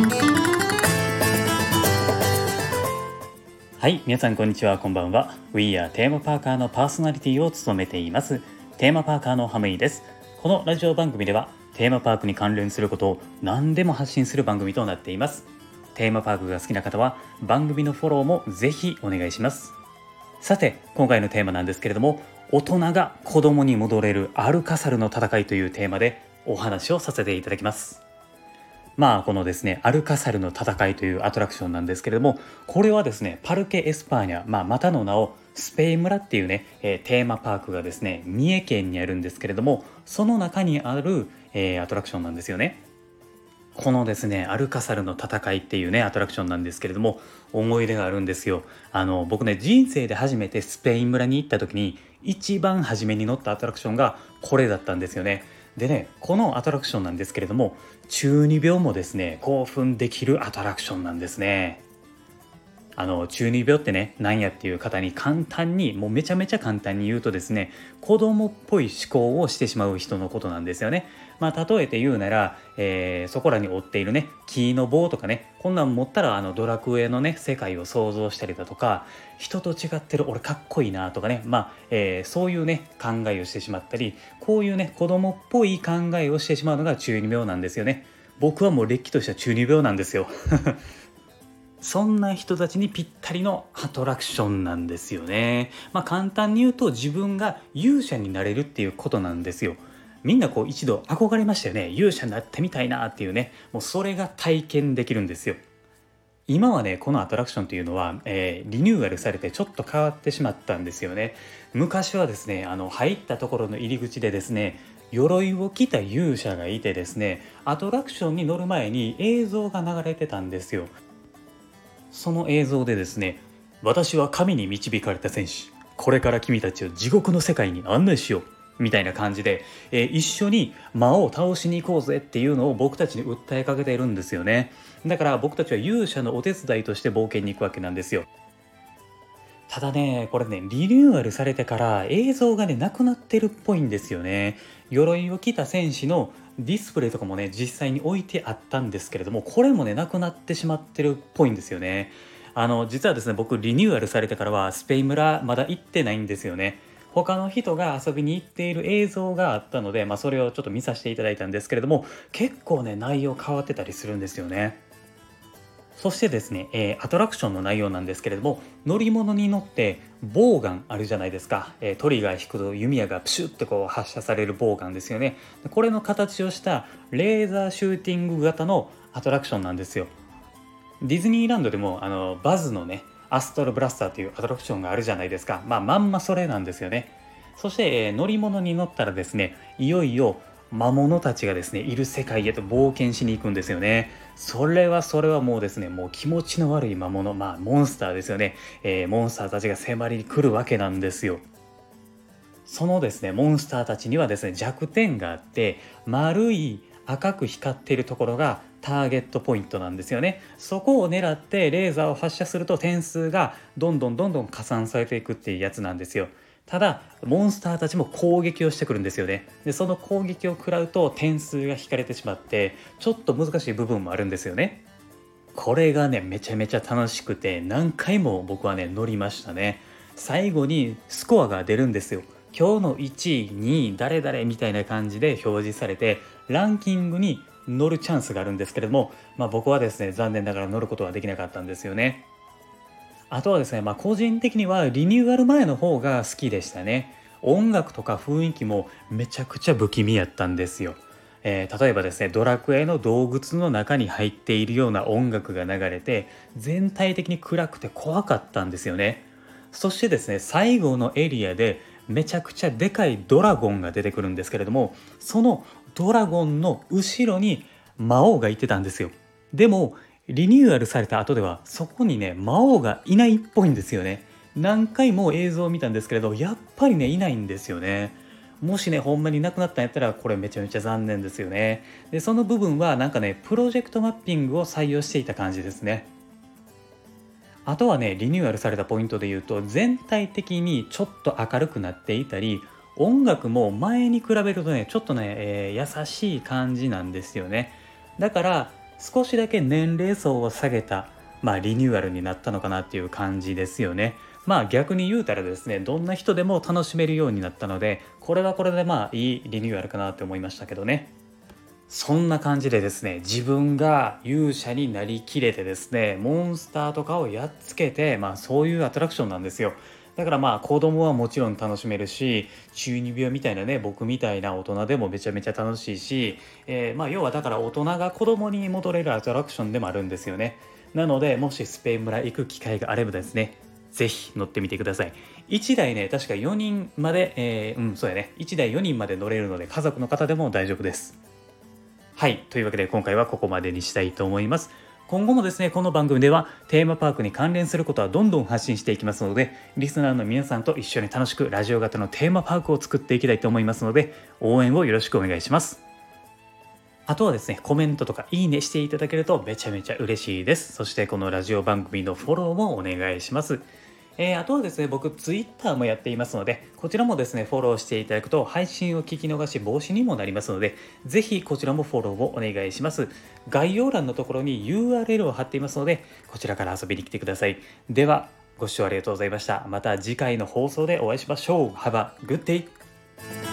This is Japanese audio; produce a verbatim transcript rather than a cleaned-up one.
はい、皆さんこんにちは、こんばんは。 We are テーマパーカーのパーソナリティを務めていますテーマパーカーのハムイです。このラジオ番組ではテーマパークに関連することを何でも発信する番組となっています。テーマパークが好きな方は番組のフォローもぜひお願いします。さて、今回のテーマなんですけれども、大人が子供に戻れるアルカサルの戦いというテーマでお話をさせていただきます。まあこのですねアルカサルの戦いというアトラクションなんですけれども、これはですねパルケ・エスパーニャ、まあ、またの名をスペイン村っていうね、えー、テーマパークがですね三重県にあるんですけれども、その中にある、えー、アトラクションなんですよね。このですねアルカサルの戦いっていうねアトラクションなんですけれども、思い出があるんですよ。あの僕ね、人生で初めてスペイン村に行った時に一番初めに乗ったアトラクションがこれだったんですよね。でね、このアトラクションなんですけれども、中二病もですね興奮できるアトラクションなんですね。あの中二病ってね何やっていう方に簡単に、もうめちゃめちゃ簡単に言うとですね、子供っぽい思考をしてしまう人のことなんですよね。まあ例えて言うなら、えーそこらに追っているね木の棒とかね、こんなん持ったらあのドラクエのね世界を想像したりだとか、人と違ってる俺かっこいいなとかね、まあ、えーそういうね考えをしてしまったり、こういうね子供っぽい考えをしてしまうのが中二病なんですよね。僕はもうれっきとした中二病なんですよ。そんな人たちにぴったりのアトラクションなんですよね。まあ簡単に言うと、自分が勇者になれるっていうことなんですよ。みんなこう一度憧れましたよね。勇者になってみたいなっていうね。もうそれが体験できるんですよ。今はね、このアトラクションというのは、えーリニューアルされてちょっと変わってしまったんですよね。昔はですね、あの入ったところの入り口でですね、鎧を着た勇者がいてですね、アトラクションに乗る前に映像が流れてたんですよ。その映像でですね、私は神に導かれた戦士、これから君たちを地獄の世界に案内しようみたいな感じで、えー一緒に魔王を倒しに行こうぜっていうのを僕たちに訴えかけているんですよね。だから僕たちは勇者のお手伝いとして冒険に行くわけなんですよ。ただね、これね、リニューアルされてから映像がね、なくなってるっぽいんですよね。鎧を着た戦士のディスプレイとかもね、実際に置いてあったんですけれども、これもね、なくなってしまってるっぽいんですよね。あの、実はですね、僕、リニューアルされてからは、スペイン村、まだ行ってないんですよね。他の人が遊びに行っている映像があったので、まあ、それをちょっと見させていただいたんですけれども、結構ね、内容変わってたりするんですよね。そしてですね、えーアトラクションの内容なんですけれども、乗り物に乗ってボウガンあるじゃないですか。えートリガー引くと弓矢がプシュッてこう発射されるボウガンですよね。でこれの形をしたレーザーシューティング型のアトラクションなんですよ。ディズニーランドでもあのバズのねアストロブラスターというアトラクションがあるじゃないですか。まあまんまそれなんですよね。そして、えー乗り物に乗ったらですね、いよいよ魔物たちがですねいる世界へと冒険しに行くんですよね。それはそれはもうですね、もう気持ちの悪い魔物、まあモンスターですよね。えーモンスターたちが迫りに来るわけなんですよ。そのですねモンスターたちにはですね弱点があって、丸い赤く光っているところがターゲットポイントなんですよね。そこを狙ってレーザーを発射すると点数がどんどんどんどん加算されていくっていうやつなんですよ。ただモンスターたちも攻撃をしてくるんですよね。でその攻撃を食らうと点数が引かれてしまって、ちょっと難しい部分もあるんですよね。これがねめちゃめちゃ楽しくて、何回も僕はね乗りましたね。最後にスコアが出るんですよ。今日のいちいにい誰々みたいな感じで表示されて、ランキングに乗るチャンスがあるんですけれども、まあ、僕はですね残念ながら乗ることはできなかったんですよね。あとはですね、まあ、個人的にはリニューアル前の方が好きでしたね。音楽とか雰囲気もめちゃくちゃ不気味やったんですよ。えー例えばですね、ドラクエの洞窟の中に入っているような音楽が流れて、全体的に暗くて怖かったんですよね。そしてですね、最後のエリアでめちゃくちゃでかいドラゴンが出てくるんですけれども、そのドラゴンの後ろに魔王がいてたんですよ。でもリニューアルされた後ではそこにね魔王がいないっぽいんですよね。何回も映像を見たんですけれど、やっぱりねいないんですよね。もしねほんまになくなったんやったらこれめちゃめちゃ残念ですよね。でその部分はなんかねプロジェクトマッピングを採用していた感じですね。あとはねリニューアルされたポイントで言うと、全体的にちょっと明るくなっていたり、音楽も前に比べるとねちょっとね、えー優しい感じなんですよね。だから少しだけ年齢層を下げた、まあ、リニューアルになったのかなっていう感じですよね。まあ逆に言うたらですね、どんな人でも楽しめるようになったので、これはこれでまあいいリニューアルかなって思いましたけどね。そんな感じでですね、自分が勇者になりきれてですね、モンスターとかをやっつけて、まあそういうアトラクションなんですよ。だからまあ子供はもちろん楽しめるし、中二病みたいなね、僕みたいな大人でもめちゃめちゃ楽しいし、えーまあ要はだから大人が子供に戻れるアトラクションでもあるんですよね。なので、もしスペイン村行く機会があればですね、ぜひ乗ってみてください。いちだいね、確かよにんまで、えーうん、そうやね。いちだいよにんまで乗れるので、家族の方でも大丈夫です。はい。というわけで今回はここまでにしたいと思います。今後もですね、この番組ではテーマパークに関連することはどんどん発信していきますので、リスナーの皆さんと一緒に楽しくラジオ型のテーマパークを作っていきたいと思いますので、応援をよろしくお願いします。あとはですね、コメントとかいいねしていただけるとめちゃめちゃ嬉しいです。そしてこのラジオ番組のフォローもお願いします。えー、あとはですね、僕、ツイッターもやっていますので、こちらもですね、フォローしていただくと、配信を聞き逃し防止にもなりますので、ぜひこちらもフォローをお願いします。概要欄のところに ユーアールエル を貼っていますので、こちらから遊びに来てください。では、ご視聴ありがとうございました。また次回の放送でお会いしましょう。Have a good day!